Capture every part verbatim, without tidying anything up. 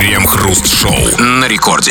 Крем-хруст-шоу на рекорде.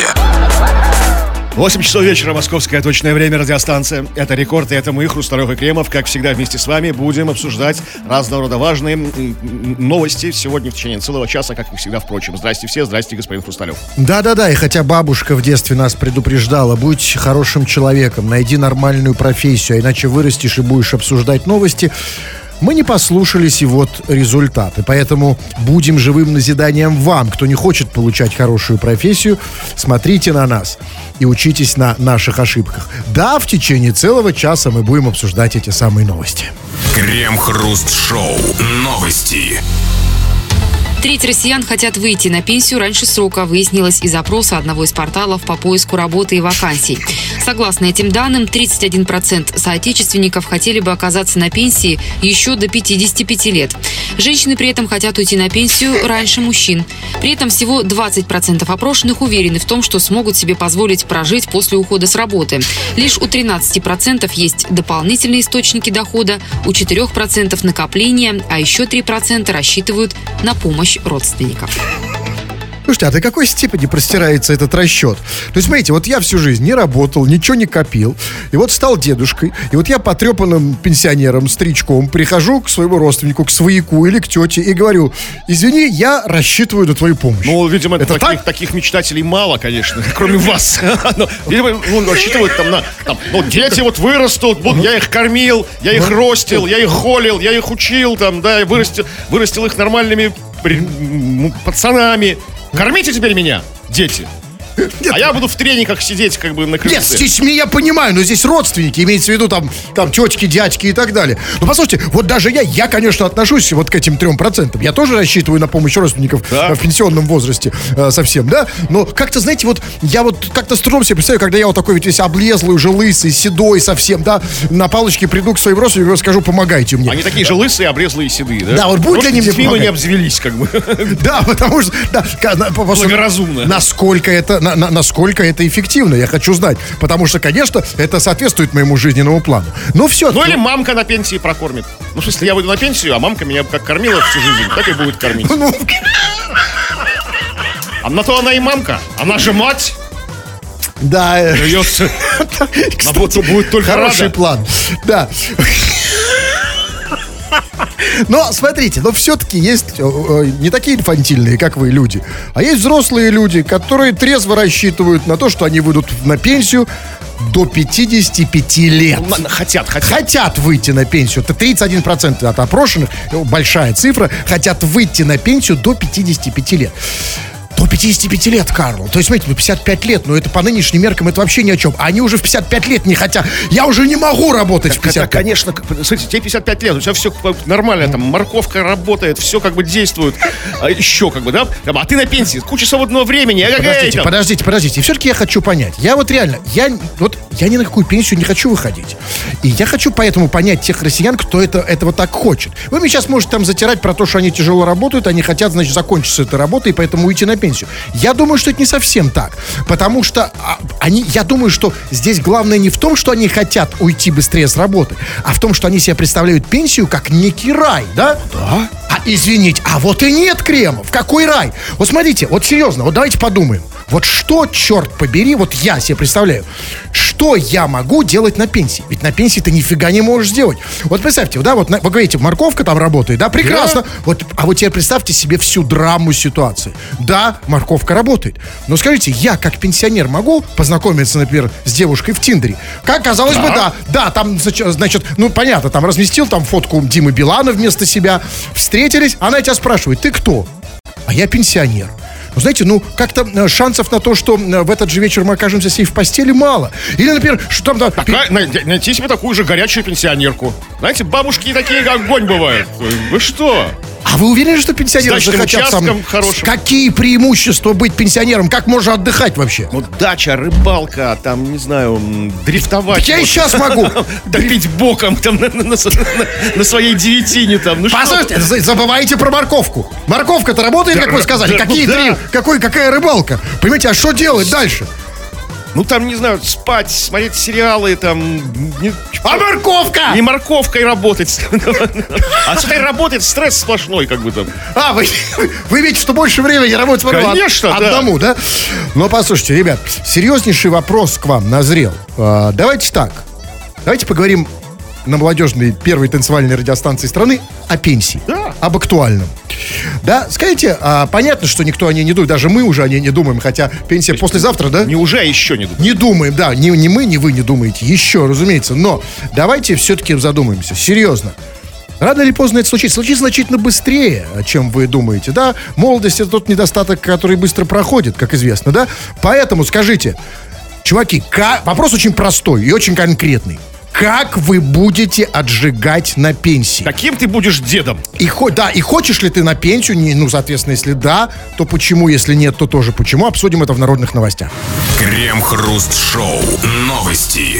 восемь часов вечера, московское точное время, радиостанция. Это «Рекорд», и это мы, Хрусталев и Кремов. Как всегда, вместе с вами будем обсуждать разного рода важные новости сегодня в течение целого часа, как и всегда, впрочем. Здрасте все, здрасте, господин Хрусталев. Да-да-да, и хотя бабушка в детстве нас предупреждала: будь хорошим человеком, найди нормальную профессию, а иначе вырастешь и будешь обсуждать новости, мы не послушались, и вот результаты. Поэтому будем живым назиданием вам. Кто не хочет получать хорошую профессию, смотрите на нас и учитесь на наших ошибках. Да, в течение целого часа мы будем обсуждать эти самые новости. Крем-хруст-шоу. Новости. Треть россиян хотят выйти на пенсию раньше срока, выяснилось из опроса одного из порталов по поиску работы и вакансий. Согласно этим данным, тридцать один процент соотечественников хотели бы оказаться на пенсии еще до пятидесяти пяти лет. Женщины при этом хотят уйти на пенсию раньше мужчин. При этом всего двадцать процентов опрошенных уверены в том, что смогут себе позволить прожить после ухода с работы. Лишь у тринадцати процентов есть дополнительные источники дохода, у четырёх процентов накопления, а еще три процента рассчитывают на помощь родственников. Слушайте, а до какой степени простирается этот расчет? То есть, смотрите, вот я всю жизнь не работал, ничего не копил, и вот стал дедушкой, и вот я потрепанным пенсионером, старичком, прихожу к своему родственнику, к свояку или к тете и говорю: извини, я рассчитываю на твою помощь. Ну, видимо, это таких, так? таких мечтателей мало, конечно, кроме вас. Видимо, он рассчитывает там на... Дети вот вырастут, я их кормил, я их ростил, я их холил, я их учил, там, да, вырастил их нормальными пацанами. Кормите теперь меня, дети. Нет. А я буду в трениках сидеть, как бы на крыльце. Нет, с детьми я понимаю, но здесь родственники, имеется в виду там, там тетки, дядьки и так далее. Ну, послушайте, вот даже я, я, конечно, отношусь вот к этим трем процентам. Я тоже рассчитываю на помощь родственников, да, в пенсионном возрасте э, совсем, да? Но как-то, знаете, вот я вот как-то с трудом себе представляю, когда я вот такой ведь весь облезлый, уже лысый, седой совсем, да, на палочке приду к своим родственникам и скажу: помогайте мне. Они такие же лысые, облезлые, седые, да? Да, вот будь для них мне помогать. Не обзавелись, как бы. Да, потому что... Благоразумно. Насколько это... Насколько это эффективно, я хочу знать. Потому что, конечно, это соответствует моему жизненному плану. Но все. Ну или мамка на пенсии прокормит. Ну, в смысле, я выйду на пенсию, а мамка меня как кормила всю жизнь, так и будет кормить. А на то она и мамка. Она же мать. Да. Она будет только хороший план. Да. Но, смотрите, но все-таки есть э, не такие инфантильные, как вы, люди, а есть взрослые люди, которые трезво рассчитывают на то, что они выйдут на пенсию до пятидесяти пяти лет. Хотят, хотят. Хотят выйти на пенсию. Это тридцать один процент от опрошенных, большая цифра, хотят выйти на пенсию до пятидесяти пяти лет. До пятидесяти пяти лет, Карл. То есть, смотрите, ну пятьдесят пять лет, но это по нынешним меркам это вообще ни о чем. Они уже в пятьдесят пять лет не хотят. Я уже не могу работать так, в пятьдесят пять. Это, конечно, смотрите, тебе пятьдесят пять лет, у тебя все нормально, там морковка работает, все как бы действует. А еще как бы, да? А ты на пенсии, куча свободного времени. Подождите, подождите, подождите. И все-таки я хочу понять. Я вот реально, я вот я ни на какую пенсию не хочу выходить. И я хочу поэтому понять тех россиян, кто это, этого так хочет. Вы мне сейчас можете там затирать про то, что они тяжело работают, они хотят, значит, закончить с этой работой и поэтому уйти на пенсию. Я думаю, что это не совсем так. Потому что а, они, я думаю, что здесь главное не в том, что они хотят уйти быстрее с работы, а в том, что они себе представляют пенсию как некий рай, да? Да. А извините, а вот и нет, Кремов. Какой рай? Вот смотрите, вот серьезно, вот давайте подумаем. Вот что, черт побери, вот я себе представляю, что я могу делать на пенсии? Ведь на пенсии ты нифига не можешь сделать. Вот представьте, да, вот вы говорите, морковка там работает, да, прекрасно. Да. Вот, а вот теперь представьте себе всю драму ситуации. Да, морковка работает. Но скажите, я как пенсионер могу познакомиться, например, с девушкой в Тиндере? Как казалось да. бы, да. Да, там, значит, ну понятно, там разместил там фотку Димы Билана вместо себя. Встретились, она тебя спрашивает: ты кто? А я пенсионер. Ну, знаете, ну, как-то шансов на то, что в этот же вечер мы окажемся с ней в постели, мало. Или, например, что там... Да, Такая, пи... Найти себе такую же горячую пенсионерку. Знаете, бабушки такие, как огонь бывают. Вы что? А вы уверены, что пенсионеры захотят сам... Какие преимущества быть пенсионером? Как можно отдыхать вообще? Ну, дача, рыбалка, там, не знаю, дрифтовать. Так я и сейчас могу. Топить боком там на своей девятине там. Послушайте, забывайте про морковку. Морковка-то работает, как вы сказали. Какие три? Какая рыбалка? Понимаете, а что делать дальше? Ну, там, не знаю, спать, смотреть сериалы, там... Не, А морковка? не морковкой работать. А что работает, стресс сплошной, как бы там. А, вы, вы видите, что больше времени работать можно Конечно, да. одному, да? Но послушайте, ребят, серьезнейший вопрос к вам назрел. А, давайте так. Давайте поговорим на молодежной первой танцевальной радиостанции страны о пенсии. Да. Об актуальном. Да, скажите, а, понятно, что никто о ней не думает, даже мы уже о ней не думаем, хотя пенсия есть, послезавтра, да? Не уже, а еще не думаем. Не думаем, да, ни, ни мы, ни вы не думаете, еще, разумеется, но давайте все-таки задумаемся, серьезно. Рано или поздно это случится. Случится значительно быстрее, чем вы думаете, да? Молодость — это тот недостаток, который быстро проходит, как известно, да? Поэтому скажите, чуваки, как... вопрос очень простой и очень конкретный. Как вы будете отжигать на пенсии? Каким ты будешь дедом? И, да, и хочешь ли ты на пенсию? Не, ну, соответственно, если да, то почему? Если нет, то тоже почему? Обсудим это в народных новостях. Крем-хруст-шоу. Новости.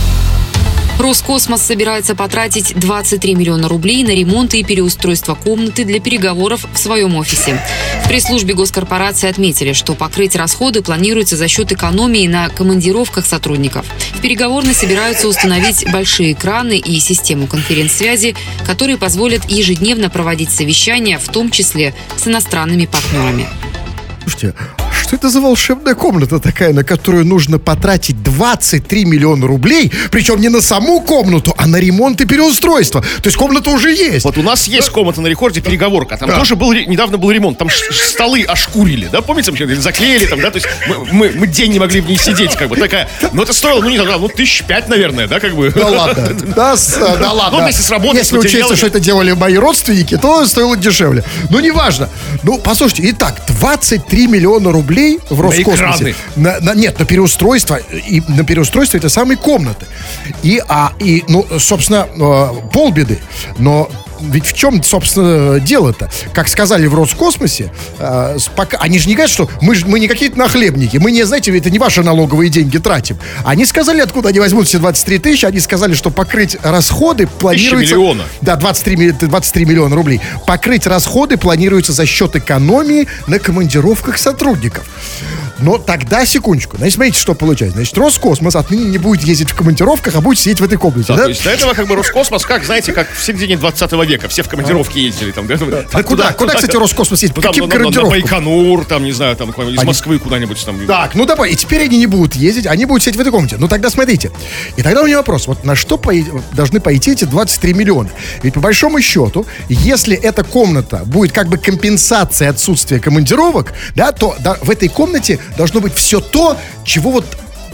Роскосмос собирается потратить двадцать три миллиона рублей на ремонт и переустройство комнаты для переговоров в своем офисе. В пресс-службе госкорпорации отметили, что покрыть расходы планируется за счет экономии на командировках сотрудников. В переговорной собираются установить большие экраны и систему конференц-связи, которые позволят ежедневно проводить совещания, в том числе с иностранными партнерами. Слушайте, что это за волшебная комната такая, на которую нужно потратить двадцать три миллиона рублей, причем не на саму комнату, а на ремонт и переустройство? То есть комната уже есть. Вот у нас есть комната на рекорде, переговорка. Там да. тоже был, недавно был ремонт. Там ш- столы ошкурили, да? Помните, вообще, заклеили там, да? То есть мы, мы, мы день не могли в ней сидеть, как бы такая. Но это стоило, ну не знаю, ну тысяч пять, наверное, да, как бы. Да ладно. Да, с, да ладно. Ну, если сработать, если учесть, что это делали мои родственники, то стоило дешевле. Ну, неважно. Ну, послушайте, итак, двадцать три миллиона рублей в Роскосмосе. На, на, нет, на переустройство. И на переустройство этой самой комнаты. И, а, и ну, собственно, э, полбеды. Но ведь в чем, собственно, дело-то? Как сказали в Роскосмосе, э, пока, они же не говорят, что мы, мы не какие-то нахлебники, мы не, знаете, это не ваши налоговые деньги тратим. Они сказали, откуда они возьмут все двадцать три тысячи, они сказали, что покрыть расходы планируется... миллиона. Да, двадцать три, двадцать три миллиона рублей. Покрыть расходы планируется за счет экономии на командировках сотрудников. Но тогда, секундочку, значит, смотрите, что получается. Значит, Роскосмос отныне не будет ездить в командировках, а будет сидеть в этой комнате, да? да? То есть до этого как бы Роскосмос, как, знаете, как в середине двадцатого века. Все в командировки ездили там. Да? А куда, куда, кстати, Роскосмос ездит? По ну, каким там, командировкам? На Байконур, там, не знаю, там, из они... Москвы куда-нибудь там. Так, ну давай, и теперь они не будут ездить, они будут сидеть в этой комнате. Ну тогда смотрите. И тогда у меня вопрос, вот на что по... должны пойти эти двадцать три миллиона? Ведь по большому счету, если эта комната будет как бы компенсацией отсутствия командировок, да, то да, в этой комнате должно быть все то, чего вот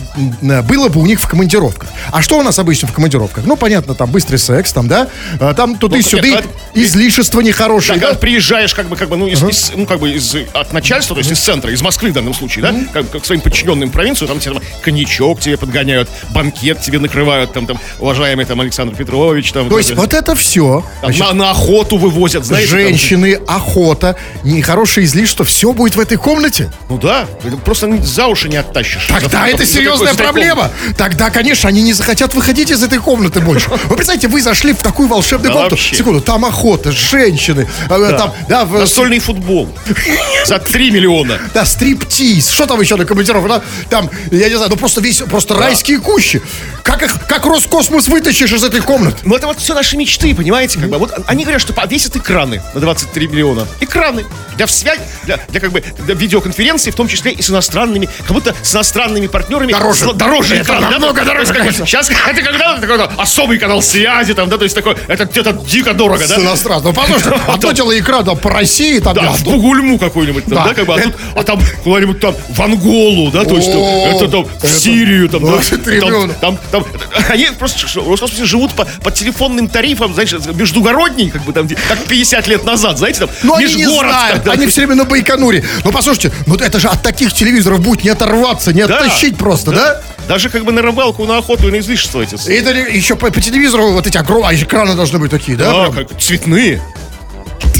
было бы у них в командировках. А что у нас обычно в командировках? Ну, понятно, там быстрый секс, там, да, там туда-сюда, ну, излишества нехорошие. Да, да? Когда приезжаешь, как бы, как бы, ну, из, uh-huh. из, ну, как бы из, от начальства, то есть uh-huh. из центра, из Москвы в данном случае, uh-huh. да, как, как своим подчиненным в провинцию, там тебе там, коньячок тебе подгоняют, банкет тебе накрывают, там, там, уважаемый там Александр Петрович, там. То есть вот это все. Там, значит, на, на охоту вывозят, знаете. Женщины, там, охота, нехорошие излишества, все будет в этой комнате? Ну да, просто за уши не оттащишь. Тогда это серьезная проблема. Тогда, конечно, они не захотят выходить из этой комнаты больше. Вы представляете, вы зашли в такую волшебную да комнату. Вообще. Секунду, там охота, женщины. Да. Там, да, настольный в... футбол. За три миллиона. Да, стриптиз. Что там еще на командировке? Там, я не знаю, ну просто весь, просто да. райские кущи. Как их, как Роскосмос вытащишь из этой комнаты? Ну это вот все наши мечты, понимаете? Как бы. Вот они говорят, что повесят экраны на двадцать три миллиона. Экраны. Для связи, для, для как бы для видеоконференции, в том числе и с иностранными, как будто с иностранными партнерами. Дороже. С, дороже это экран. Намного да? дороже, как, сейчас это когда такой особый канал связи, там, да, то есть такой, это где-то дико дорого, да? С иностранным. Ну, послушайте, одно дело экрана по России, там, да, в Бугульму какую-нибудь, там, да, как бы, а, тут, а там куда-нибудь там в Анголу, да, то есть это там в Сирию, там, да, там, там, они просто в Роскосмосе живут по, по телефонным тарифам, знаешь, междугородний, как бы там, как пятьдесят лет назад, знаете, там, ну, они не знают, они все время на Байконуре. Ну, послушайте, ну это же от таких телевизоров будет не оторваться, не оттащить просто, да? Даже как бы на рыбалку, на охоту и на излишество эти. Это еще по, по телевизору вот эти огромные экраны должны быть такие, да? Да, как цветные.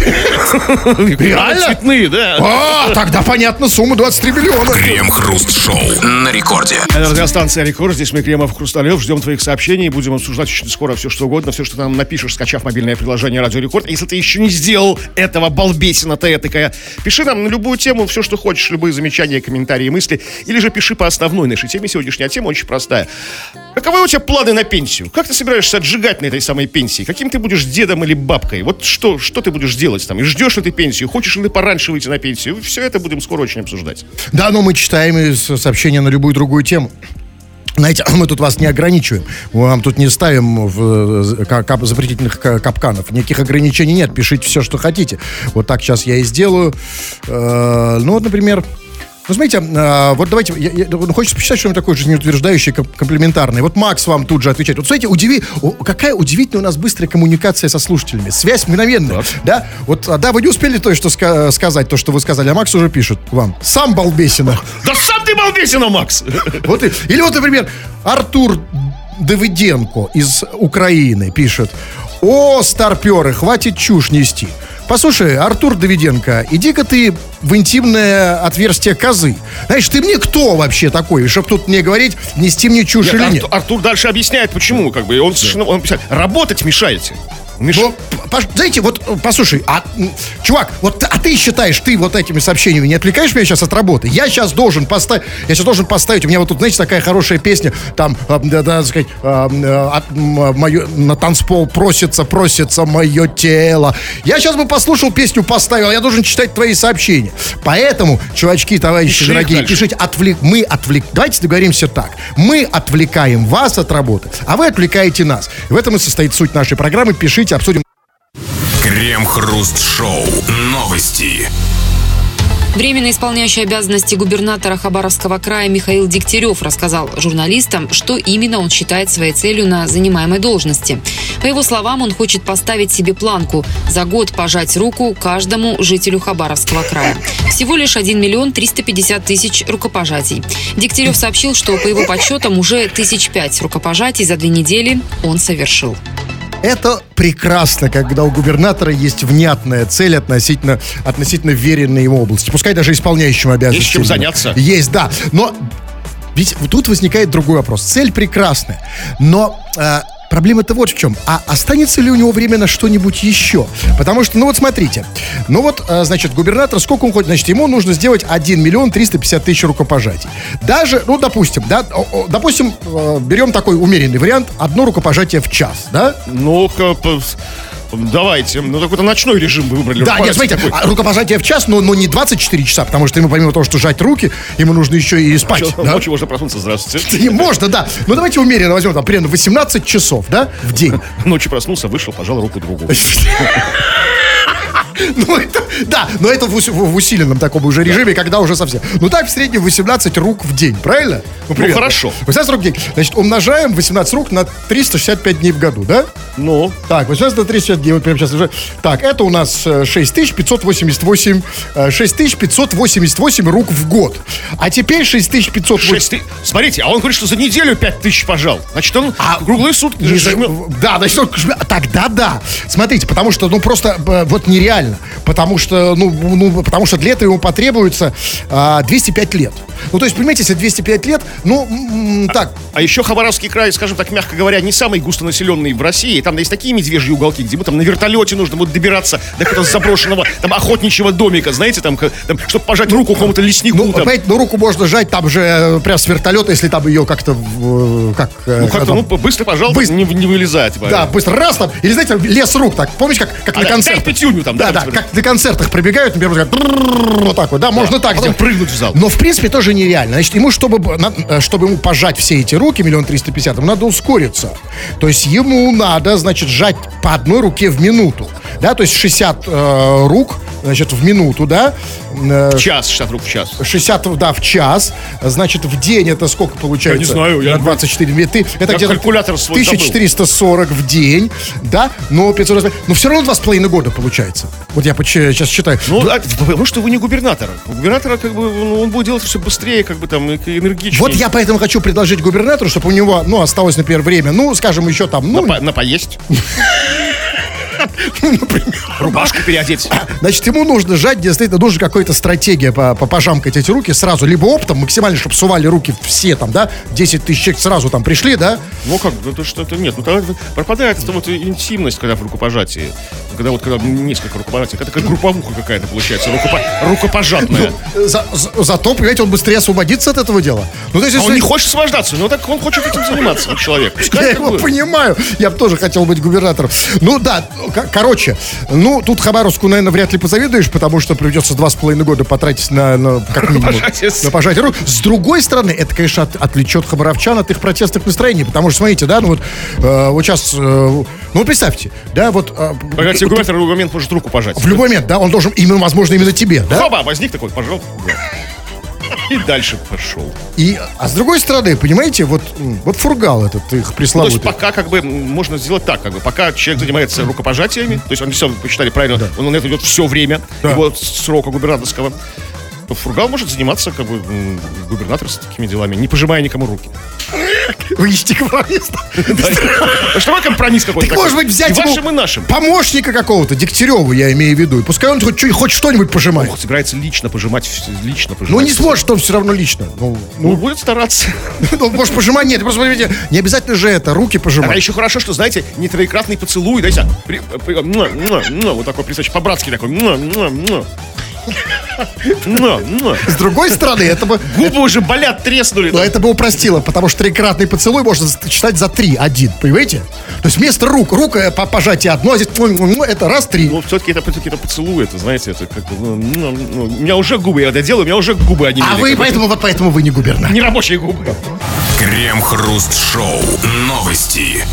Реально? Цветные, да. А, тогда понятно, сумма двадцать три миллиона. Крем-хруст-шоу на рекорде. Это радиостанция «Рекорд». Здесь мы, Кремов, Хрусталев. Ждем твоих сообщений. Будем обсуждать очень скоро все, что угодно. Все, что ты нам напишешь, скачав мобильное приложение «Радио Рекорд». Если ты еще не сделал этого, балбесина-то этакая, пиши нам на любую тему все, что хочешь, любые замечания, комментарии, мысли. Или же пиши по основной нашей теме. Сегодняшняя тема очень простая. Каковы у тебя планы на пенсию? Как ты собираешься отжигать на этой самой пенсии? Каким ты будешь дедом или бабкой? Вот что, что ты будешь делать там? И ждешь ли ты пенсию? Хочешь ли ты пораньше выйти на пенсию? Все это будем скоро очень обсуждать. Да, но мы читаем и сообщения на любую другую тему. Знаете, мы тут вас не ограничиваем. Мы вам тут не ставим в кап- запретительных капканов. Никаких ограничений нет. Пишите все, что хотите. Вот так сейчас я и сделаю. Э-э- ну, вот, например... Ну, смотрите, э, вот давайте, я, я, ну, хочется почитать что-нибудь такое жизнеутверждающее, комплиментарное. Вот Макс вам тут же отвечает. Вот, смотрите, удиви, о, какая удивительная у нас быстрая коммуникация со слушателями. Связь мгновенная, так. Да? Вот, да, вы не успели то, что ска- сказать, то, что вы сказали, а Макс уже пишет вам. Сам балбесина. Да сам ты балбесина, Макс! Вот, или вот, например, Артур Давыденко из Украины пишет. О, старперы, хватит чушь нести. Послушай, Артур Давиденко, иди-ка ты в интимное отверстие козы. Знаешь, ты мне кто вообще такой? Чтоб тут мне говорить, нести мне чушь Нет, или Артур, нет? Артур дальше объясняет, почему. Как бы, он, совершенно- он писает, работать мешаете. Миш... Ну, пош- знаете, вот, послушай, а, м, чувак, вот, ты- а ты считаешь, ты вот этими сообщениями не отвлекаешь меня сейчас от работы? Я сейчас должен поставить, я сейчас должен поставить, у меня вот тут, знаете, такая хорошая песня, там, э, да, да, так сказать, э, э, от, м, моё, на танцпол просится, просится мое тело. Я сейчас бы послушал песню, поставил, я должен читать твои сообщения. Поэтому, чувачки, товарищи Пиши их дорогие, дальше. пишите, отвлек, мы отвлек, давайте договоримся так, мы отвлекаем вас от работы, а вы отвлекаете нас. В этом и состоит суть нашей программы. Пишите, обсудим. Крем-хруст-шоу. Новости. Временно исполняющий обязанности губернатора Хабаровского края Михаил Дегтярев рассказал журналистам, что именно он считает своей целью на занимаемой должности. По его словам, он хочет поставить себе планку – за год пожать руку каждому жителю Хабаровского края. Всего лишь один миллион триста пятьдесят тысяч рукопожатий. Дегтярев сообщил, что по его подсчетам уже тысяч пять рукопожатий за две недели он совершил. Это прекрасно, когда у губернатора есть внятная цель относительно, относительно веренной ему области. Пускай даже исполняющим обязанности. Есть чем заняться. Есть, да. Но ведь тут возникает другой вопрос. Цель прекрасная, но... э, проблема-то вот в чем. А останется ли у него время на что-нибудь еще? Потому что, ну вот смотрите. Ну вот, э, значит, губернатор, сколько он хочет? Значит, ему нужно сделать один миллион триста пятьдесят тысяч рукопожатий. Даже, ну, допустим, да, о, о, допустим, э, берем такой умеренный вариант, одно рукопожатие в час, да? Ну-ка, п- давайте. Ну, какой-то ночной режим вы выбрали. Да, нет, смотрите, а рукопожатие в час, но, но не двадцать четыре часа, потому что ему помимо того, что сжать руки, ему нужно еще и спать. Что, Да? Ночью можно проснуться, здравствуйте. И можно, да. Ну давайте умеренно возьмем там примерно восемнадцать часов, да, в день. Ночью проснулся, вышел, пожал руку другу. Ну, это, да, но это в, ус- в усиленном таком уже режиме, когда уже совсем. Ну так, в среднем восемнадцать рук в день, правильно? примерно. хорошо. восемнадцать рук в день. Значит, умножаем восемнадцать рук на триста шестьдесят пять дней в году, да? Ну, Так, восемнадцать на триста шестьдесят дней, вот прямо сейчас уже. Так, это у нас э, шесть тысяч пятьсот восемьдесят восемь, э, шесть тысяч пятьсот восемьдесят восемь рук в год. А теперь шесть тысяч пятьсот восемьдесят... шесть ты... Смотрите, а он говорит, что за неделю пять тысяч пожал. Значит, он А, круглые сутки Не за- жмет. Да, значит, он жмет. Тогда да. Смотрите, потому что, ну, просто э, вот нереально. Потому что, ну, ну, потому что для этого ему потребуется а, двести пять лет. Ну, то есть, понимаете, если двести пять лет, ну, м- так. А еще Хабаровский край, скажем так, мягко говоря, не самый густонаселенный в России. Там есть такие медвежьи уголки, где мы там на вертолете нужно вот добираться до какого-то заброшенного там охотничьего домика, знаете, там, к- там чтобы пожать руку какому-то леснику. Ну, там. понимаете, ну, руку можно жать там же э, прям с вертолета, если там ее как-то, в- как... э, Ну, как-то, там- ну, быстро, пожалуйста, Быстро. не, не вылезает. Типа. Да, быстро раз там. Или, знаете, лес рук так. Помнишь, как, как А, на да, концертах? дай пятюню там, да, да, да, как на концертах пробегают, например, вот так, вот так вот, да, можно так а потом сделать. прыгнуть в зал. Но, в принципе, тоже нереально. Значит, ему, чтобы, б- на- э, чтобы ему пожать все эти руки, миллион триста пятьдесят, ему надо ускориться. То есть ему надо, значит, сжать по одной руке в минуту. Да, то есть шестьдесят э, рук, значит, в минуту, да. Э, Час, шестьдесят рук в час. шестьдесят, да, в час. Значит, в день это сколько получается? Я не знаю, я- На двадцать четыре. Ты, это Я где-то калькулятор свой тысяча четыреста сорок в день, да? Но пятьсот раз- но все равно два с половиной года получается. Вот я сейчас считаю. Ну, а, потому что вы не губернатор. У губернатора, как бы, ну, он будет делать все быстрее, как бы там, и энергичнее. Вот я поэтому хочу предложить губернатору, чтобы у него, ну, осталось, например, время, ну, скажем, еще там, ну, На, по- на поесть. Ну, например. Рубашку переодеть. Значит, ему нужно сжать, действительно, нужна какая-то стратегия по, по пожамкать эти руки сразу. Либо оптом, максимально, чтобы сували руки все там, да, десять тысяч человек сразу там пришли, да. Ну как, это что-то нет. Ну тогда пропадает эта вот интимность, когда в рукопожатии. Когда вот, когда несколько рукопожатий. Это как групповуха какая-то получается, рукопо... рукопожатная. Ну, за, за, зато, понимаете, он быстрее освободится от этого дела. Ну, то есть, А если... он не хочет освобождаться, но так он хочет этим заниматься, вот человек. Пускай Я как его бы- понимаю. Я бы тоже хотел быть губернатором. Ну да, к- короче, ну тут Хабаровску, наверное, вряд ли позавидуешь, потому что придется два с половиной года потратить на, на как минимум, Пожатие. на пожатие рук. С другой стороны, это, конечно, от- отвлечет хабаровчан от их протестных настроений, потому что, смотрите, да, ну вот, э, вот сейчас, э, ну вот представьте, да, вот... э, Когда тебе губернатор в любой момент может руку пожать. в любой момент, да, он должен, именно, возможно, именно тебе, да? Хоба, возник такой, пожал. И дальше пошел. И, а с другой стороны, понимаете, вот, м, вот фургал этот их То есть пресловутый. пока как бы м, можно сделать так, как бы, пока человек занимается рукопожатиями, то есть он все, посчитали правильно, он на это идет все время, Да. его срока губернаторского, то Фургал может заниматься как бы м, губернаторскими делами, не пожимая никому руки. Вы ищете компромисс. Что такой компромисс какой-то? Так, такой? может быть, взять И ему вашим, и нашим. помощника какого-то, Дегтяреву, я имею в виду. И пускай он хоть, чё- хоть что-нибудь пожимает. Он собирается лично пожимать, вс- лично пожимать. Ну, не сможет он все равно лично. Ну, Ну, будет стараться. ну, может, пожимать нет. Просто, смотрите, не обязательно же это, руки А пожимать. еще хорошо, что, знаете, не троекратный поцелуй, знаете, а, при- при- муа, муа, муа, вот такой, представьте, по-братски такой. Муа, муа, муа. Муа, муа. С другой стороны, это бы... Губы уже болят, треснули. Но это бы упростило, потому что трикратный поцелуй можно читать за три, один, понимаете? То есть вместо рук, рука по пожатие одно, а здесь ну, это раз, три. Ну, все-таки это, все-таки это поцелуй, это, знаете, это как бы, ну, ну, ну, у меня уже губы, я это делаю, у меня уже губы одни. А вы поэтому, вот поэтому вы не губернатор. Нерабочие губы. Крем-хруст-шоу. Новости.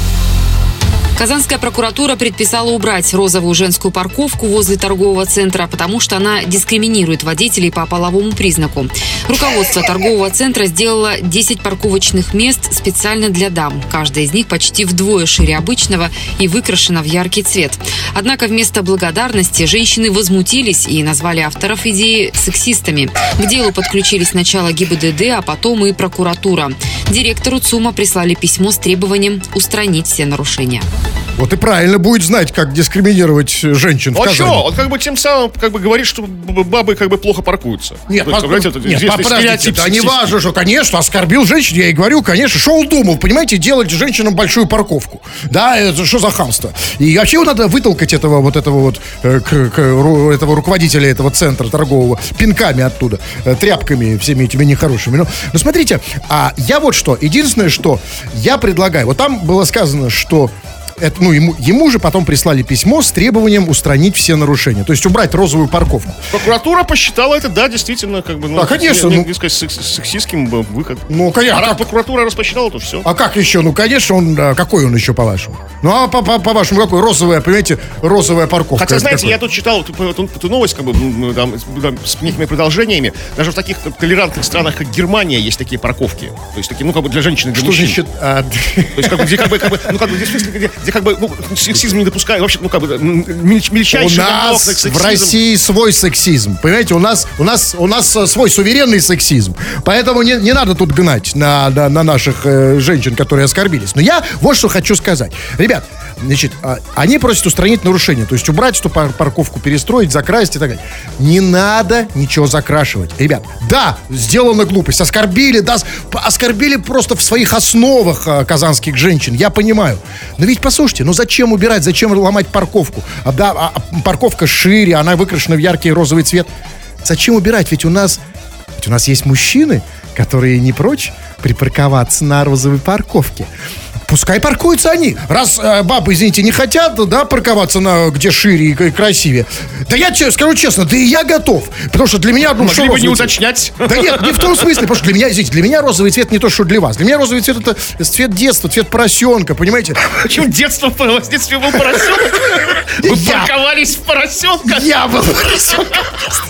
Казанская прокуратура предписала убрать розовую женскую парковку возле торгового центра, потому что она дискриминирует водителей по половому признаку. Руководство торгового центра сделало десять парковочных мест специально для дам. Каждая из них почти вдвое шире обычного и выкрашена в яркий цвет. Однако вместо благодарности женщины возмутились и назвали авторов идеи сексистами. К делу подключились сначала ГИБДД, а потом и прокуратура. Директору ЦУМа прислали письмо с требованием устранить все нарушения. Вот и правильно будет знать, как дискриминировать женщин в А Казани. что? Он как бы тем самым как бы говорит, что б- бабы как бы плохо паркуются. Нет, То есть, по- понимаете, это нет, известный подождите, стереотип да не сексистский. важно, что, конечно, оскорбил женщин, я и говорю, конечно, что он думал, понимаете, делать женщинам большую парковку, да, это что за хамство? И вообще его надо вытолкать этого вот этого вот, э, к- к- ру- этого руководителя этого центра торгового пинками оттуда, э, тряпками всеми этими нехорошими. Ну, ну, смотрите, а я вот что, единственное, что я предлагаю, вот там было сказано, что это, ну, ему, ему же потом прислали письмо с требованием устранить все нарушения. То есть убрать розовую парковку. Прокуратура посчитала это, да, действительно, как бы, ну, Да, конечно, не- не- ну. не сказать, секс- сексистским был выход. Ну, конечно. А раз как- прокуратура раз посчитала, то все. А как еще? Ну, конечно, он, а, какой он еще, по-вашему? Ну, а по- по- по-вашему, какой? Розовая, понимаете, розовая парковка. Хотя, Это знаете, какой? я тут читал эту, эту- эту новость, как бы, ну, там, там, с некими продолжениями. Даже в таких толерантных странах, как Германия, есть такие парковки. То есть, такие, ну, как бы для женщин и для Что мужчин. значит... а, То есть, как бы, где, как бы, как бы, ну, как бы, где, в смысле, где, где, как бы, ну, сексизм не допускают. Вообще, ну, как бы, м, мельч- У мельчайший намек нас на в сексизм. России свой сексизм. Понимаете, у нас, у нас, у нас э, свой суверенный сексизм. Поэтому не, не надо тут гнать на, на, на наших э, женщин, которые оскорбились. Но я вот что хочу сказать. Ребят, значит, а, они просят устранить нарушение. То есть убрать эту пар- парковку, перестроить, закрасить и так далее. Не надо ничего закрашивать. Ребят, да, сделана глупость. Оскорбили, да, с- п- оскорбили просто в своих основах э, казанских женщин. Я понимаю. Но ведь, послушайте, ну зачем убирать, зачем ломать парковку? А, да, а, а парковка шире, она выкрашена в яркий розовый цвет. Зачем убирать? Ведь у нас, ведь у нас есть мужчины, которые не прочь припарковаться на розовой парковке. Пускай паркуются они. Раз э, бабы, извините, не хотят, да, парковаться на где шире и, к- и красивее. Да я че- скажу честно, да и я готов. Потому что для меня... Ну, Могли что бы не розовый цвет? уточнять. Да нет, не в том смысле, потому что для меня, извините, для меня розовый цвет не то, что для вас. Для меня розовый цвет — это цвет детства, цвет поросенка, понимаете? Почему детство было? В детстве был поросенок? Вы Я- парковались в поросенка? Я был поросенком.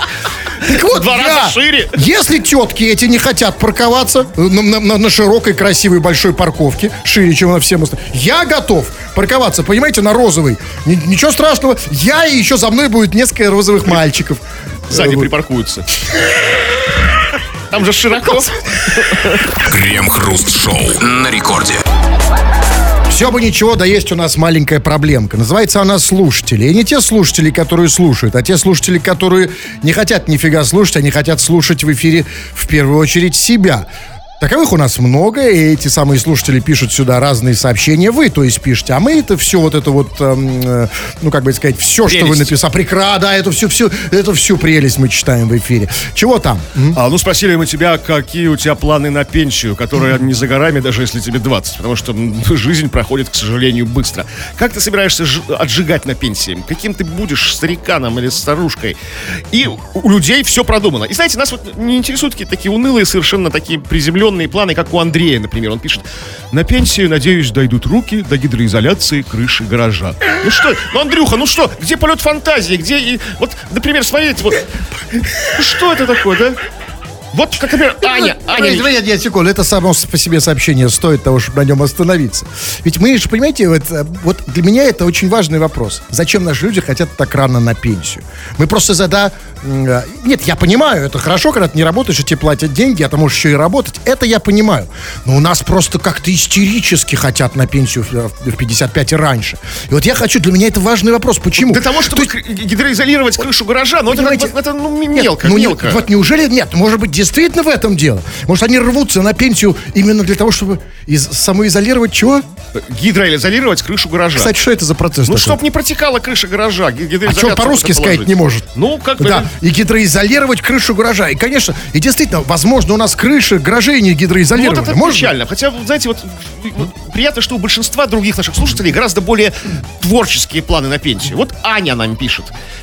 Так вот, Два я- раза шире. Если тетки эти не хотят парковаться на, на- на- на широкой, красивой, большой парковке, шире, чем на всем остальным, я готов парковаться, понимаете, на розовой. Ни- ничего страшного. Я и еще за мной будет несколько розовых мальчиков. Сзади Э, вот. припаркуются. Там же широко. Крем-хруст-шоу на рекорде. Все бы ничего, да есть у нас маленькая проблемка. Называется она слушатели. И не те слушатели, которые слушают, а те слушатели, которые не хотят нифига слушать, они хотят слушать в эфире в первую очередь себя. Таковых у нас много, и эти самые слушатели пишут сюда разные сообщения. Вы, то есть, пишете, а мы это все вот это вот, э, ну, как бы сказать, все, прелесть. Что вы написали, прекра, да, эту всю, всю, эту всю прелесть мы читаем в эфире. Чего там? А, ну, спросили мы тебя, какие у тебя планы на пенсию, которая не за горами, даже если тебе двадцать, потому что жизнь проходит, к сожалению, быстро. Как ты собираешься ж- отжигать на пенсии? Каким ты будешь, стариканом или старушкой? И у людей все продумано. И знаете, нас вот не интересуют какие-то такие унылые, совершенно такие приземленные планы, как у Андрея, например. Он пишет: на пенсию, надеюсь, дойдут руки до гидроизоляции крыши гаража. Ну что, ну, Андрюха, ну что, где полет фантазии, где, и, вот, например, смотрите, вот, ну что это такое, да? Вот, как, например, Аня, Аня... Нет, нет, секунду, это само по себе сообщение стоит того, чтобы на нем остановиться. Ведь мы же, понимаете, вот, вот для меня это очень важный вопрос. Зачем наши люди хотят так рано на пенсию? Мы просто зада... Нет, я понимаю, это хорошо, когда ты не работаешь, и тебе платят деньги, а ты можешь еще и работать. Это я понимаю. Но у нас просто как-то истерически хотят на пенсию в пятьдесят пять и раньше. И вот я хочу, для меня это важный вопрос. Почему? Для того, чтобы То... гидроизолировать крышу гаража, но это, это, это ну, мелко, нет, ну, мелко. Не, вот неужели, нет, может быть, действительно в этом дело? Может, они рвутся на пенсию именно для того, чтобы из- самоизолировать чего? Гидроизолировать крышу гаража. Кстати, что это за процесс Ну, такой? чтобы не протекала крыша гаража. А что, по-русски сказать не может? Ну, как бы... Да, и гидроизолировать крышу гаража. И, конечно, и действительно, возможно, у нас крыши гаражей не гидроизолированы. Ну, вот это Можно? печально. Хотя, знаете, вот, вот приятно, что у большинства других наших слушателей гораздо более творческие планы на пенсию. Вот Аня нам пишет: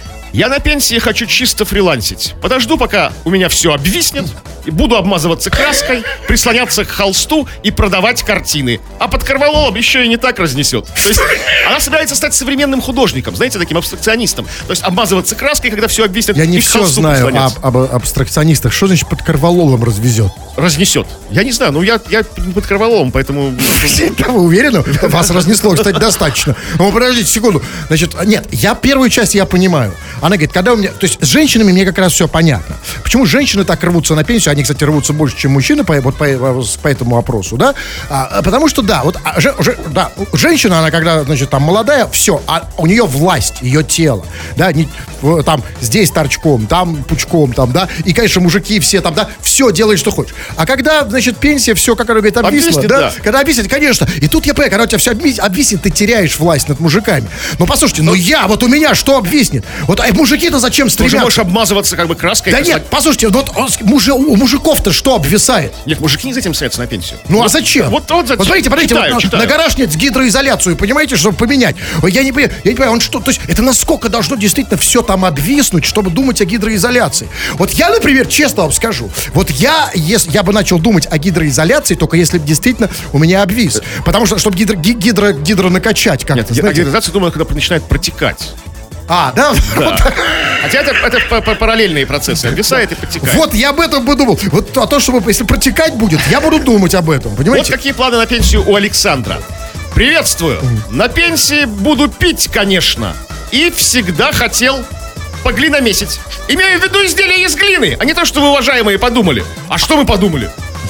я на пенсии хочу чисто фрилансить. Подожду, пока у меня все обвиснет, и буду обмазываться краской, прислоняться к холсту и продавать картины. А под корвалолом еще и не так разнесет. То есть она собирается стать современным художником, знаете, таким абстракционистом. То есть обмазываться краской, когда все обвиснет, Я не и к все холсту знаю прислоняться. об, об абстракционистах. Что значит под корвалолом развезет? Разнесет. Я не знаю, ну я, я не под корвалолом, поэтому... Вы уверены? Вас разнесло, кстати, достаточно. Ну, подождите секунду. Значит, нет, я первую часть я понимаю. Она говорит, когда у меня... То есть с женщинами мне как раз все понятно. Почему женщины так рвутся на пенсию? Они, кстати, рвутся больше, чем мужчины по, вот по, по этому вопросу, да? А, потому что, да, вот а, же, же, да, женщина, она когда, значит, там молодая, все, а у нее власть, ее тело, да, не, там здесь торчком, там пучком, там, да, и, конечно, мужики все там, да, все делают, что хочешь. А когда, значит, пенсия, все, как она говорит, обвисла, обвиснет, да? да, когда обвиснет, конечно, и тут я понимаю, когда у тебя все обвиснет, ты теряешь власть над мужиками. Ну, послушайте, ну я, вот у меня что обвиснет? Вот а мужики-то зачем стремятся? Ты можешь обмазываться как бы краской. Да нет, послушайте, вот мужи, у мужиков-то что обвисает? Нет, мужики не за этим стремятся на пенсию. Ну вот, а зачем? Вот, вот зачем? Вот смотрите, смотрите, читаю, вот читаю. на гараж нет гидроизоляцию, понимаете, чтобы поменять. Я не, я не понимаю, он что, то есть это насколько должно действительно все там обвиснуть, чтобы думать о гидроизоляции? Вот я, например, честно вам скажу, вот я, если, я бы начал думать о гидроизоляции, только если бы действительно у меня обвис. Потому что, чтобы гидро, гидро, гидро накачать как-то, Нет, знаете. гидроизоляция, думаю, когда начинает протекать. А, да? Да. Хотя это, это параллельные процессы. Обвисает и подтекает. Вот я об этом бы думал. Вот о том, чтобы если протекать будет, я буду думать об этом. Понимаете? Вот какие планы на пенсию у Александра. Приветствую. На пенсии буду пить, конечно. И всегда хотел поглиномесить. Имею в виду изделия из глины, а не то, что вы, уважаемые, подумали. А что вы подумали?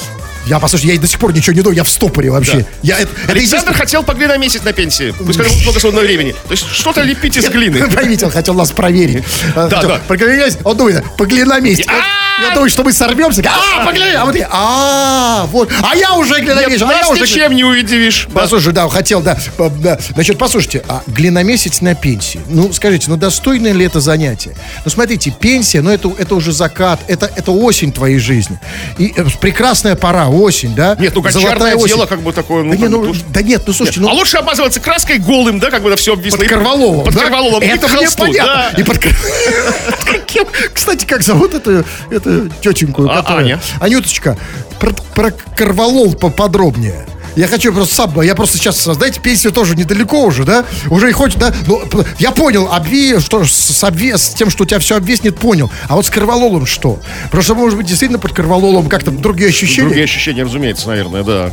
Я, послушайте, я и до сих пор ничего не думаю, я в стопоре вообще. Да. Я, это, Александр единственное... хотел поглиномесить на пенсии. Вы сказали, много свободного времени. То есть что-то лепить из глины. Поймите, он хотел нас проверить. Да, да. Он думает, поглиномесить. А! Я думаю, что мы сорвемся. А, поглиномесить. А вот я, а, вот. А я уже глиномесил. А я Нас уже... ничем не удивишь. Послушай, да, хотел, да, да. Значит, послушайте, а глиномесить на пенсии. Ну, скажите, ну достойное ли это занятие? Ну, смотрите, пенсия, ну это, это уже закат, это, это осень твоей жизни. И э, прекрасная пора, осень, да? Нет, ну гончарное дело как бы такое. Ну, да, не, ну, тут... да нет, ну слушайте, ну... А лучше обмазываться краской голым, да, как бы все обвисло. Под корвалолом. Под да? корвалолом. Это мне понятно. Да. И под... Кстати, как зовут эту, эту тетеньку? А, которая... Аня. Анюточка, про, про корвалол поподробнее. Я хочу просто сам, я просто сейчас, знаете, пенсию тоже недалеко уже, да? Уже и хоть, да? Ну, я понял, обви, что с, обви, с тем, что у тебя все обвиснет, понял. А вот с корвалолом что? Потому что, может быть, действительно под корвалолом как-то другие ощущения? Другие ощущения, разумеется, наверное, да.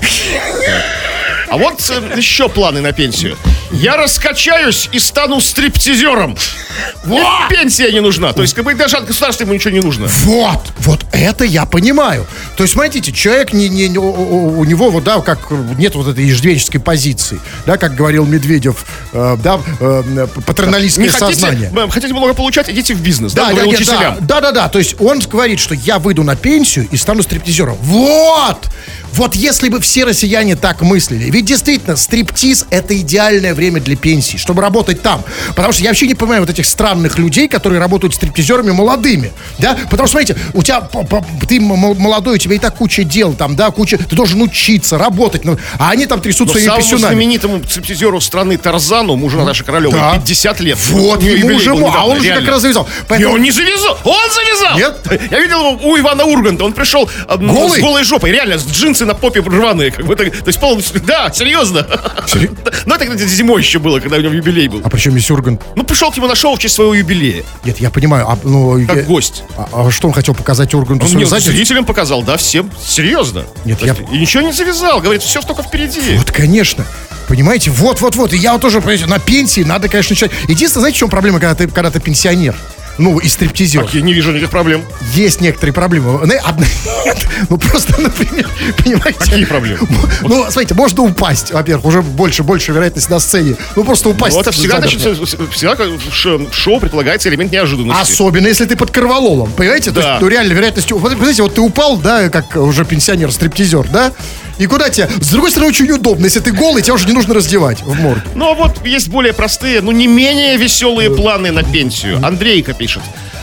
А вот э, еще планы на пенсию. Я раскачаюсь и стану стриптизером. Вот пенсия не нужна. То есть, как бы даже от государства ему ничего не нужно. Вот, вот это я понимаю. То есть, смотрите, человек, не, не, у, у него вот, да, как нет вот этой иждивенческой позиции, да, как говорил Медведев, э, да, э, патерналистское Не хотите, сознание. хотите много получать, идите в бизнес, да, Да, да, говорил нет, учителям. да, да, да, да. То есть он говорит, что я выйду на пенсию и стану стриптизером. Вот! Вот если бы все россияне так мыслили. Ведь действительно, стриптиз — это идеальное время для пенсии, чтобы работать там. Потому что я вообще не понимаю вот этих странных людей, которые работают стриптизерами молодыми. Да? Потому что, смотрите, у тебя, ты молодой, у тебя и так куча дел, там, да, куча, ты должен учиться, работать. Ну, а они там трясут Но своими самому писюнами. знаменитому стриптизеру страны Тарзану, мужу Наташи Королевой, Да. пятьдесят лет. Вот, У него ему юбилей уже, был мо- а недавно, он уже реально. как раз завязал. Не, Поэтому- он не завязал! Он завязал! Нет? Я видел его у Ивана Урганта. Он пришел э, Голый? с голой жопой. Реально, с джинсы на попе рваные. Как бы, так, то есть полностью... Да, серьезно. Сери- Ну, это когда зимой еще было, когда у него юбилей был. А причем есть Ургант? Ну, пришел к нему на шоу в честь своего юбилея. Нет, я понимаю. А, ну, Как я- гость. А, а что он хотел показать Урганту? Он свою мне задницу? зрителям показал, да, всем. Серьезно. Нет, То есть я- И ничего не завязал. Говорит, все только впереди. Вот, конечно. Понимаете, вот-вот-вот. И я вот тоже, понимаете, на пенсии надо, конечно, начать. Единственное, знаете, в чем проблема, когда ты, когда ты пенсионер? Ну, и стриптизер. Я не вижу никаких проблем. Есть некоторые проблемы. Ну, одна- Ну, просто, например, понимаете... Какие проблемы? Ну, смотрите, можно упасть, во-первых, уже больше, больше вероятность на сцене. Ну, просто упасть. Ну, это всегда, замертво. значит, всегда как в ш- в шоу предполагается элемент неожиданности. Особенно, если ты под корвалолом, понимаете? То Да. есть, ну, реально, вероятность... Вот, Знаете, вот ты упал, да, как уже пенсионер-стриптизер, да? И куда тебе? С другой стороны, очень удобно. Если ты голый, тебя уже не нужно раздевать в морг. Ну, а вот есть более простые, ну, не менее веселые планы на пенсию. Андрейка пишет.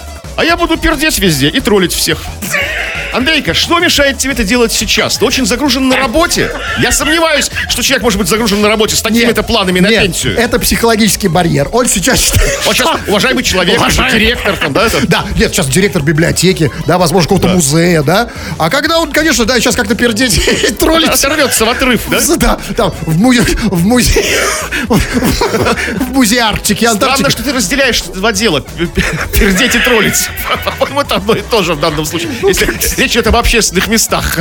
А я буду пердеть везде и троллить всех. Андрейка, что мешает тебе это делать сейчас? Ты очень загружен на работе. Я сомневаюсь, что человек может быть загружен на работе с такими-то планами на нет, пенсию. это психологический барьер. Он сейчас считает, Вот сейчас уважаемый человек, Уважаемый. директор там, да, это... Да, нет, сейчас директор библиотеки, да, возможно, какого-то музея, да. А когда он, конечно, да, сейчас как-то пердеть и троллить. Оторвется в отрыв, да? Да, там, в музее, в музее, в музее Арктики, Странно, Антарктики. что ты разделяешь эти два дела. Пердеть и троллить. По-моему, это одно и то же в данном случае. Если речь идет об общественных местах.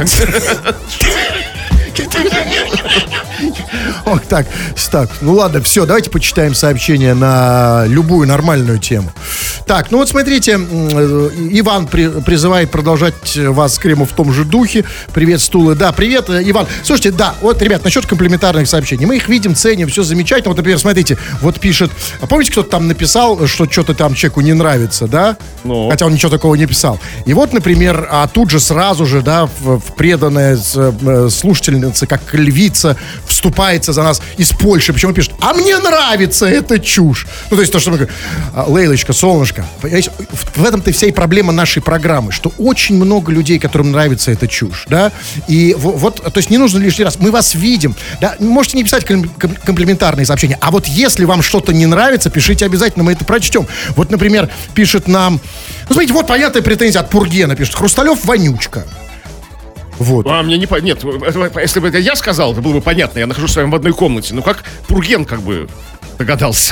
Ох, так, так, ну ладно, все, давайте почитаем сообщение на любую нормальную тему. Так, ну вот смотрите, м, э, Иван при- призывает продолжать вас с Кремом в том же духе. Привет, стулы. Да, привет, э, Иван. Слушайте, да, вот, ребят, насчет комплиментарных сообщений. Мы их видим, ценим, все замечательно. Вот, например, смотрите, вот пишет, а помните, кто-то там написал, что что-то там человеку не нравится, да? Ну. Хотя он ничего такого не писал. И вот, например, а тут же сразу же, да, в, в преданная с- э, слушательница, как львица, вступается за нас из Польши. Почему пишет, а мне нравится эта чушь. Ну, то есть то, что мы говорим, «А, Лейлочка, солнышко, понимаете, в, в этом-то вся и проблема нашей программы, что очень много людей, которым нравится эта чушь, да, и в- вот, то есть не нужно лишний раз, мы вас видим, да, можете не писать ком- ком- комплиментарные сообщения, а вот если вам что-то не нравится, пишите обязательно, мы это прочтем. Вот, например, пишет нам, ну, смотрите, вот понятная претензия от Пургена, пишет, Хрусталев вонючка. Вот. А мне не по... Нет, это- если бы это я сказал, это было бы понятно. Я нахожусь с вами в одной комнате. Ну как Пурген как бы догадался.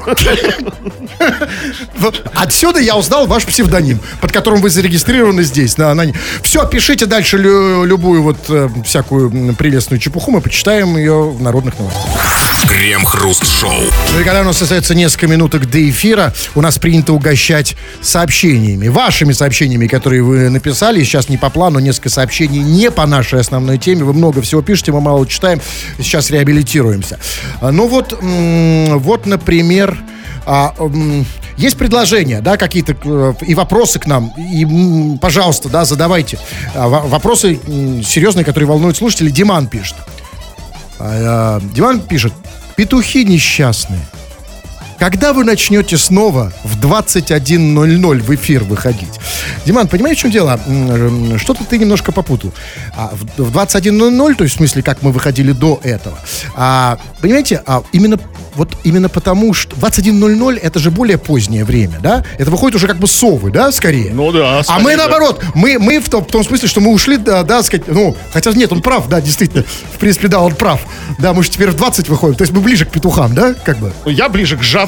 Вот отсюда я узнал ваш псевдоним, под которым вы зарегистрированы здесь. На, на... Все, пишите дальше лю- любую вот э, всякую м, прелестную чепуху, мы почитаем ее в народных новостях. Крем-хруст-шоу. Ну и когда у нас остается несколько минуток до эфира, у нас принято угощать сообщениями. Вашими сообщениями, которые вы написали. Сейчас не по плану, несколько сообщений не по нашей основной теме. Вы много всего пишете, мы мало читаем. Сейчас реабилитируемся. А, Ну вот, м, вот, например... а, м, есть предложения, да, какие-то э, и вопросы к нам, и, м, пожалуйста, да, задавайте. А, во- вопросы м, серьезные, которые волнуют слушателей. Диман пишет. А, а, Диман пишет: петухи несчастные. Когда вы начнете снова в двадцать один ноль ноль в эфир выходить? Диман, понимаешь, в чем дело? М, Что-то ты немножко попутал. А в в двадцать один ноль ноль, то есть в смысле, как мы выходили до этого. А, понимаете, а именно, вот именно потому, что двадцать один ноль ноль это же более позднее время, да? Это выходит уже как бы совы, да, скорее? Ну да, А скорее, мы да. наоборот, мы, мы в, том, в том смысле, что мы ушли, да, да, сказать, ну, хотя нет, он прав, да, действительно, в принципе, да, он прав. Да, мы же теперь в двадцать выходим, то есть мы ближе к петухам, да, как бы? Ну, я ближе к Жаво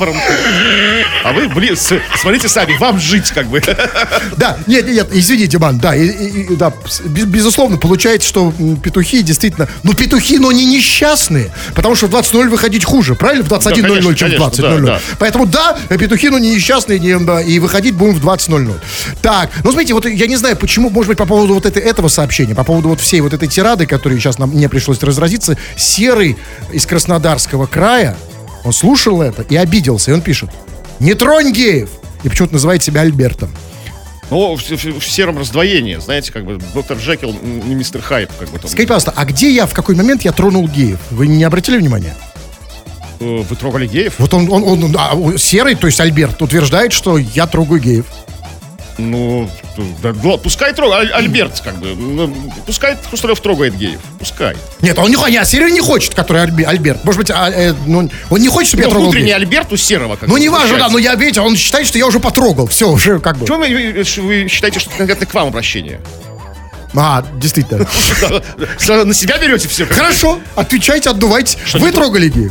динозавром. А вы, блин, с- смотрите сами, вам жить как бы. Да, нет, нет, нет, извините, Ман, да, и- и- и- да, с- без- безусловно, получается, что м, петухи действительно, ну, петухи, но не несчастные, потому что в двадцать ноль выходить хуже, правильно? В двадцать один ноль ноль, чем в конечно, двадцать да, ноль ноль. да. Поэтому, да, петухи, но не несчастные, не, да, и выходить будем в двадцать ноль ноль. Так, ну, смотрите, вот я не знаю, почему, может быть, по поводу вот этой, этого сообщения, по поводу вот всей вот этой тирады, которой сейчас нам, мне пришлось разразиться, Серый из Краснодарского края, он слушал это и обиделся, и он пишет: «Не тронь геев!» И почему-то называет себя Альбертом. Ну, в, в- в сером раздвоении, знаете, как бы доктор Джекил и мистер Хайд, как бы там. Скажите, пожалуйста, а где я, в какой момент я тронул геев? Вы не обратили внимания? Э, Вы трогали геев? Вот он, он, он, а, он- Серый, то есть Альберт, утверждает, что я трогаю геев. Ну, да, да, пускай трогает, Аль- Альберт, как бы, ну, пускай Хрусталев трогает геев, пускай. Нет, он не хочет, а Серый не хочет, который Альби- Альберт. Может быть, а, э, ну, он не хочет, чтобы я Ну, трогал внутренний геев. Альберт у Серого, как Ну, бы, не важно, да, получается. но я, видите, он считает, что я уже потрогал. Все, уже как бы. Почему вы, вы- вы считаете, что это конкретно к вам обращение? А, действительно. Сразу на себя берете все? Хорошо, отвечайте, отдувайтесь. Вы не трогали геев?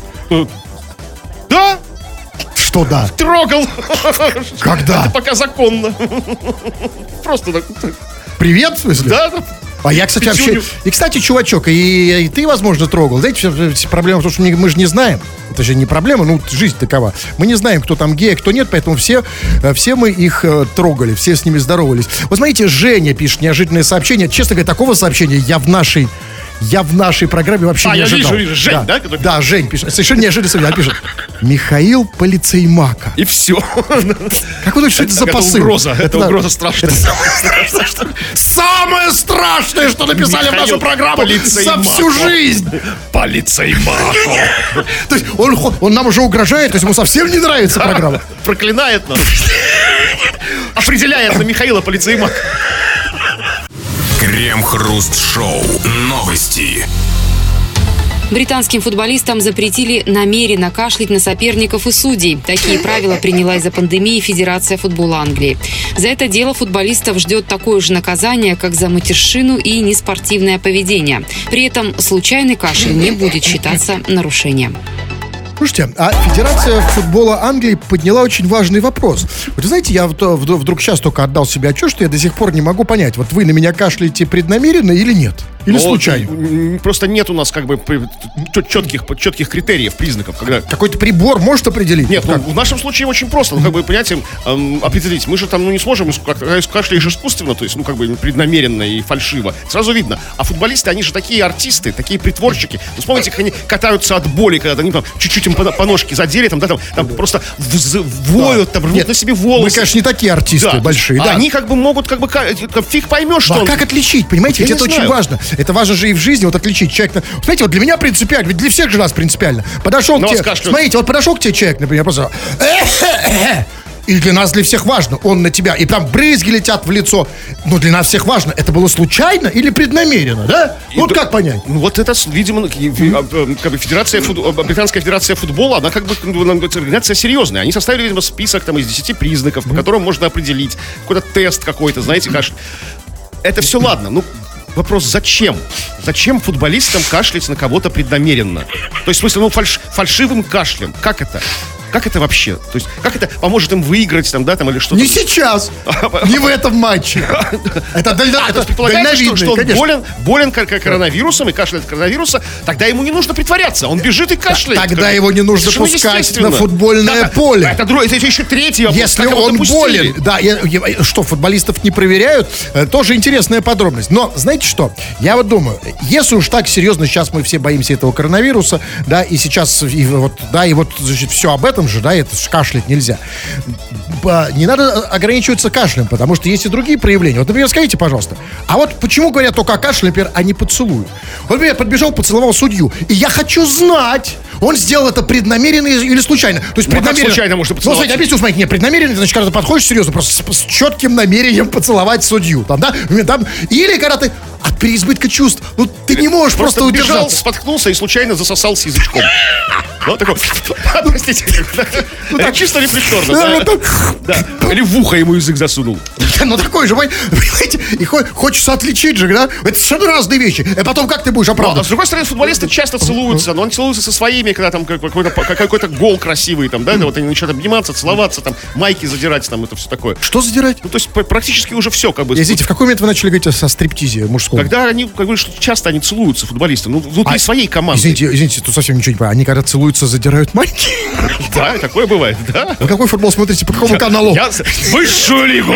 Да, Что да? трогал. Когда? Это пока законно. Просто так. Привет, в смысле? Да, да. А я, кстати, вообще... Пятюню. И, кстати, чувачок, и, и ты, возможно, трогал. Знаете, все- все проблема в том, что мы, мы же не знаем. Это же не проблема, ну, жизнь такова. Мы не знаем, кто там гей, а кто нет, поэтому все, э, все мы их э, трогали, все с ними здоровались. Вот смотрите, Женя пишет неожиданное сообщение. Честно говоря, такого сообщения я в нашей... Я в нашей программе вообще А, не я ожидал. вижу, вижу. Жень, да, который Да, Жень пишет. Совершенно неожиданно сообщение. Она пишет: Михаил Полицеймака. И все. Как вы думаете, что это за Это посыл? угроза, это да. угроза страшная. Самое страшное, что написали в нашу Михаил программу за Полицеймака. всю жизнь. Полицеймако. То есть он, хо- он нам уже угрожает, то есть ему совсем не нравится программа. Проклинает нас. Определяет на Михаила Полицеймака. Крем-хруст-шоу. Новости. Британским футболистам запретили намеренно кашлять на соперников и судей. Такие правила приняла из-за пандемии Федерация футбола Англии. За это дело футболистов ждет такое же наказание, как за матершину и неспортивное поведение. При этом случайный кашель не будет считаться нарушением. Слушайте, а Федерация футбола Англии подняла очень важный вопрос. Вот вы знаете, я вот, э, вд- вдруг сейчас только отдал себе отчет, что я до сих пор не могу понять, вот вы на меня кашляете преднамеренно или нет? Или Ну, случайно? м, Просто нет у нас как бы п- т- четких, четких критериев, признаков, когда... Какой-то прибор может определить? Нет, Вот ну, в нашем случае очень просто. Ну, как бы, понимаете, эм, определить. Мы же там, ну, не сможем, иск- как- когда кашляешь искусственно, то есть, ну, как бы, преднамеренно и фальшиво. Сразу видно. А футболисты, они же такие артисты, такие притворщики. Вы вспомните, как они катаются от боли, когда они там чуть-чуть им по, по ножке задели, там, да, там, там просто вз- воют, там, рвут Нет, на себе волосы. Мы, конечно, не такие артисты Да, большие, а да. они как бы могут, как бы, ка- фиг поймешь, что Ну, а он- как отличить, понимаете, Я ведь не это очень знаю. важно. Это важно же и в жизни, вот отличить человека. Знаете, вот для меня принципиально, ведь для всех же нас принципиально. Подошел На к вас тебе, кашляют. смотрите, вот подошел к тебе человек, например, просто... И для нас, для всех важно, он на тебя, и там брызги летят в лицо. Но для нас всех важно, это было случайно или преднамеренно, да? Вот да- как понять? Ну, вот это, с- видимо, ну, и- и, а, э, как бы федерация фут- а, Британская федерация футбола, она как бы ну, она, это организация серьезная. Они составили, видимо, список там из десяти признаков, по которым можно определить какой-то тест какой-то, знаете, кашель. Это все ладно. Ну, вопрос, зачем? Зачем футболистам кашлять на кого-то преднамеренно? То есть, в смысле, ну, фальш- фальшивым кашлем. Как это? Как это вообще? То есть, как это поможет им выиграть там, да, там, или что-то? Не сейчас, не в этом матче. Это дально- А, то это есть предполагается, что, дальновидный, что он конечно. болен, болен кор- кор- коронавирусом и кашляет от коронавируса, тогда ему не нужно притворяться, он бежит и кашляет. Тогда Как- его не нужно Совершенно пускать естественно. на футбольное Да, поле. Это, дру- это еще третий вопрос. Если Как его он допустили? болен, да, я- я- что, футболистов не проверяют, э, тоже интересная подробность. Но, знаете что, я вот думаю, если уж так серьезно сейчас мы все боимся этого коронавируса, да, и сейчас, и вот, да, и вот, значит, все об этом же, да, это ж кашлять нельзя. Б- Не надо ограничиваться кашлем, потому что есть и другие проявления. Вот, например, скажите, пожалуйста, а вот почему говорят только о кашле, например, а не поцелую? Вот, например, подбежал, поцеловал судью, и я хочу знать, он сделал это преднамеренно или случайно. То есть Ну, а как преднамеренно. случайно можно Ну, поцеловать? смотрите, объясню, смотрите, не преднамеренно, значит, когда ты подходишь серьезно, просто с, с четким намерением поцеловать судью, там, да, там, или когда ты от переизбытка чувств, ну, ты не можешь просто, Просто бежал, удержаться. споткнулся и случайно засосал с язычком. Ну, такой, простите, ну, так чисто рефлекторно, да. Или в ухо ему язык засунул. Ну, такой же, понимаете, и хочется отличить же, да? Это совершенно разные вещи. И потом как ты будешь оправдывать? А с другой стороны, футболисты часто целуются, но они целуются со своими, когда там какой-то, какой-то гол красивый, там, да, вот они начинают обниматься, целоваться, там, майки задирать, там, это все такое. Что задирать? Ну, то есть практически уже все, как бы. Извините, в какой момент вы начали говорить о стриптизе мужском? Когда они, как бы, часто они целуются, футболисты, ну, внутри а, своей команды. Извините, извините, тут совсем ничего не понимаю. Они когда целуются, задирают майки? Да, такое бывает, да. Вы какой футбол смотрите, по какому каналу? Я высшую лигу.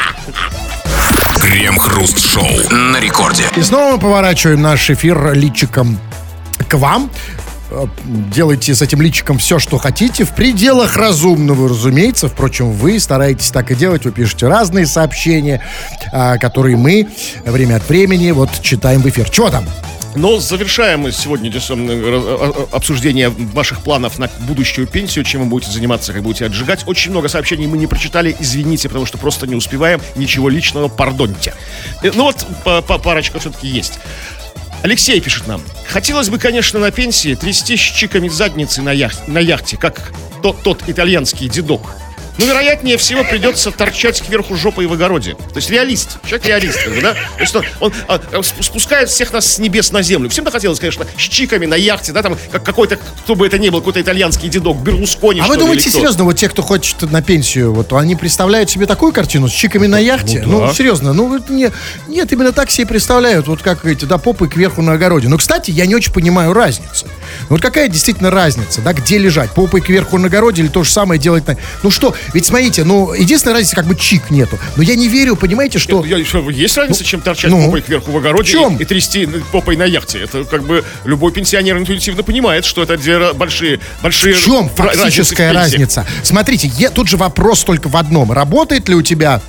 Крем-хруст-шоу на рекорде. И снова мы поворачиваем наш эфир личиком к вам. Делайте с этим личиком все, что хотите, в пределах разумного, разумеется. Впрочем, вы стараетесь так и делать. Вы пишете разные сообщения, которые мы время от времени вот читаем в эфир. Чего там? Но завершаем мы сегодня обсуждение ваших планов на будущую пенсию, чем вы будете заниматься, как будете отжигать. Очень много сообщений мы не прочитали, извините, потому что просто не успеваем. Ничего личного, пардоньте. Ну вот, парочка все-таки есть. Алексей пишет нам: хотелось бы, конечно, на пенсии трясти с чиками задницы на, яхте, на яхте, как тот, тот итальянский дедок. Но, вероятнее всего, придется торчать кверху жопой в огороде. То есть реалист, человек реалист, как бы, да? То есть он, он а, спускает всех нас с небес на землю. Всем бы хотелось, конечно, с чиками на яхте, да, там, как какой-то, кто бы это ни был, какой-то итальянский дедок, Берлускони. А вы думаете, серьезно, вот те, кто хочет на пенсию, вот они представляют себе такую картину с чиками на яхте? Ну, да. ну серьезно, ну, не, нет, именно так себе представляют, вот как эти, да, попы кверху на огороде. Но, кстати, я не очень понимаю разницу. Вот какая действительно разница, да, где лежать, попой кверху на огороде или то же самое делать на... Ну что, ведь смотрите, ну, единственная разница, как бы чик нету. Но я не верю, понимаете, что... Я, я, есть разница, ну, чем торчать ну, попой кверху в огороде и, и трясти попой на яхте? Это как бы любой пенсионер интуитивно понимает, что это две большие, большие... В чем фактическая разница? Смотрите, я, тут же вопрос только в одном. Работает ли у тебя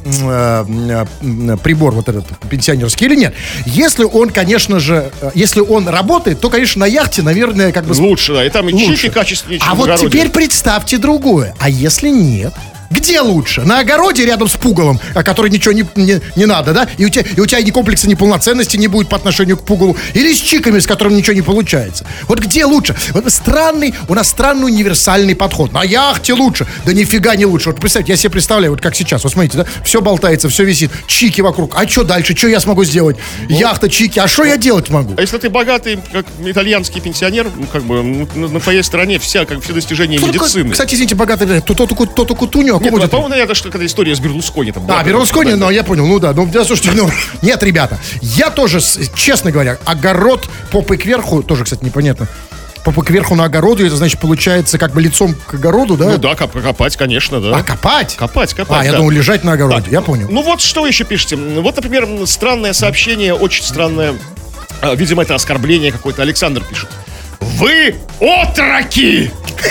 прибор вот этот пенсионерский или нет? Если он, конечно же, если он работает, то, конечно, на яхте, наверное, как бы... Лучше, да, и там и чики качественнее, чем а в вот огороде. Теперь представьте другое. А если нет? Где лучше? На огороде рядом с пугалом, о которой ничего не, не, не надо, да? И у, тебя, и у тебя ни комплекса неполноценности не будет по отношению к пугалу. Или с чиками, с которыми ничего не получается. Вот где лучше? Вот странный, у нас странный универсальный подход. На яхте лучше. Да нифига не лучше. Вот представьте, я себе представляю, вот как сейчас. Вот смотрите, да? Все болтается, все висит. Чики вокруг. А что дальше? Что я смогу сделать? Вот. Яхта, чики. А что я делать могу? А если ты богатый, как итальянский пенсионер, ну, как бы, на, на твоей стороне вся, как все достижения кто медицины. Такой, кстати, извините, богатый, то-то кутуню, а кому это? По-моему, это что, когда история с Берлускони там. А, Берлускони, ну, я понял, ну да, ну, да, слушайте, ну, нет, ребята, я тоже, честно говоря, огород попой кверху, тоже, кстати, непонятно, попой кверху на огороду, это, значит, получается, как бы лицом к огороду, да? Ну да, коп- копать, конечно, да. А, копать? Копать, копать, А, да. я думал, лежать на огороде, так, я понял. Ну вот, что вы еще пишете? Вот, например, странное сообщение, очень странное, видимо, это оскорбление какое-то. Александр пишет: вы отроки!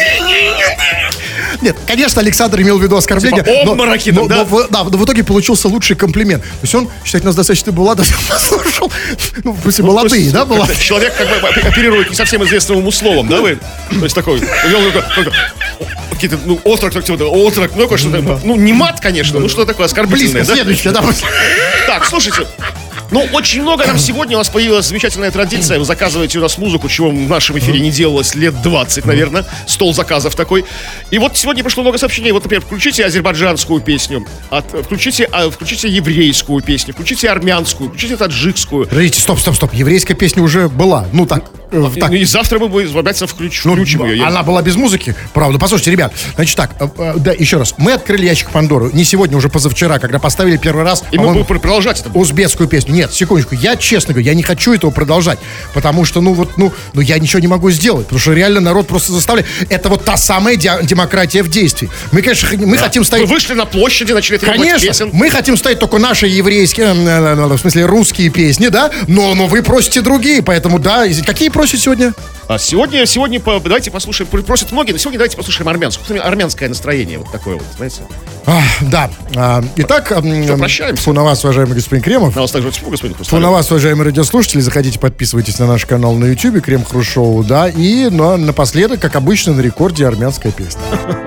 Нет, конечно, Александр имел в виду оскорбление. Типа обмороки, но, да? но, но, да, но в итоге получился лучший комплимент. То есть он, считает, нас достаточно молодо послушал. Ну, в смысле, ну, молодые, да, была? Человек как бы оперирует не совсем известным ему словом, да, вы? То есть такой, какие-то, ну, отрок, отрок, ну, что-то, ну, не мат, конечно, ну, что такое оскорбительное, да? Следующее, да. Так, слушайте. Ну, очень много нам сегодня, у нас появилась замечательная традиция. Вы заказываете у нас музыку, чего в нашем эфире не делалось лет двадцать, наверное. Стол заказов такой. И вот сегодня пришло много сообщений. Вот, например, включите азербайджанскую песню, от, включите, а, включите еврейскую песню, включите армянскую, включите таджикскую. Подождите, стоп, стоп, стоп. Еврейская песня уже была. Ну, так. Э, и, так. Ну, и завтра мы будем обязательно включ, включим ну, ее. Она была без музыки, правда. Послушайте, ребят, значит так, э, э, да, еще раз. Мы открыли ящик Пандоры. Не сегодня, уже позавчера, когда поставили первый раз. И мы будем продолжать это. Узбекскую песню. Нет, секундочку. Я честно говорю, я не хочу этого продолжать, потому что, ну вот, ну, ну я ничего не могу сделать, потому что реально народ просто заставляет. Это вот та самая ди- демократия в действии. Мы, конечно, мы да. хотим стоять... Вы вышли на площади, начали требовать песен. Мы хотим ставить только наши еврейские, в смысле, русские песни, да, но, но вы просите другие, поэтому, да, какие просят сегодня? А сегодня, сегодня, давайте послушаем, просят многие, но сегодня давайте послушаем армянскую. Армянское настроение вот такое вот, знаете. А, да. А, итак, что, прощаемся? Фу на вас, уважаемый господин Кремов. На вас также фу, господин Фу на вас, уважаемые радиослушатели. Заходите, подписывайтесь на наш канал на YouTube, Крем-Хруст Шоу, да. И ну, напоследок, как обычно, на рекорде армянская песня.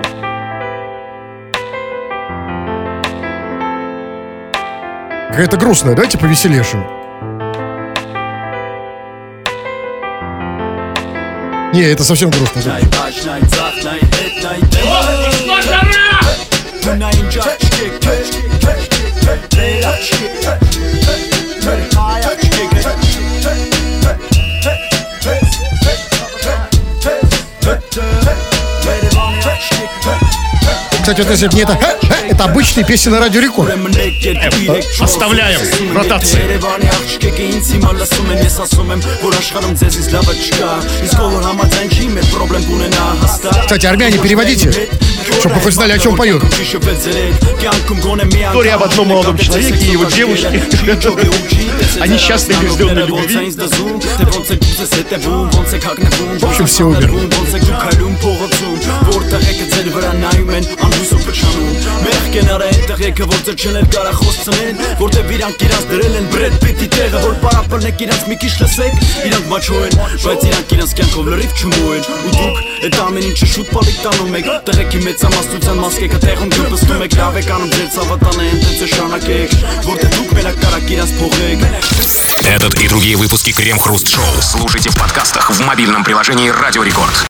Какая-то грустная, давайте повеселейшую. Не, это совсем грустно. Кстати, вот если бы не это, это обычные песни на Радио Рекорд. Оставляем в ротации. Кстати, армяне, переводите, чтобы вы знали, о чем поют. История об одном молодом человеке и его девушке. Они счастливы в бездомной любви. В общем, все умерли. Этот и другие выпуски Крем Хруст Шоу слушайте в подкастах в мобильном приложении Радио Рекорд.